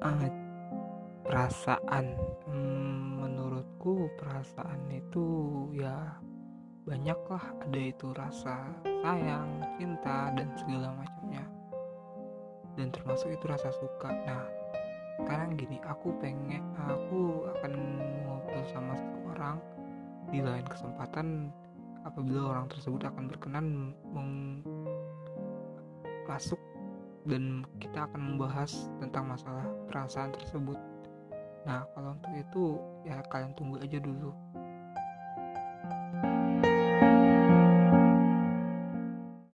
Eh, Perasaan, menurutku perasaan itu ya banyak lah, ada itu rasa sayang, cinta dan segala macamnya, dan termasuk itu rasa suka. Nah, sekarang gini, aku akan ngobrol sama seseorang di lain kesempatan apabila orang tersebut akan berkenan masuk, dan kita akan membahas tentang masalah perasaan tersebut. Nah, kalau untuk itu ya kalian tunggu aja dulu.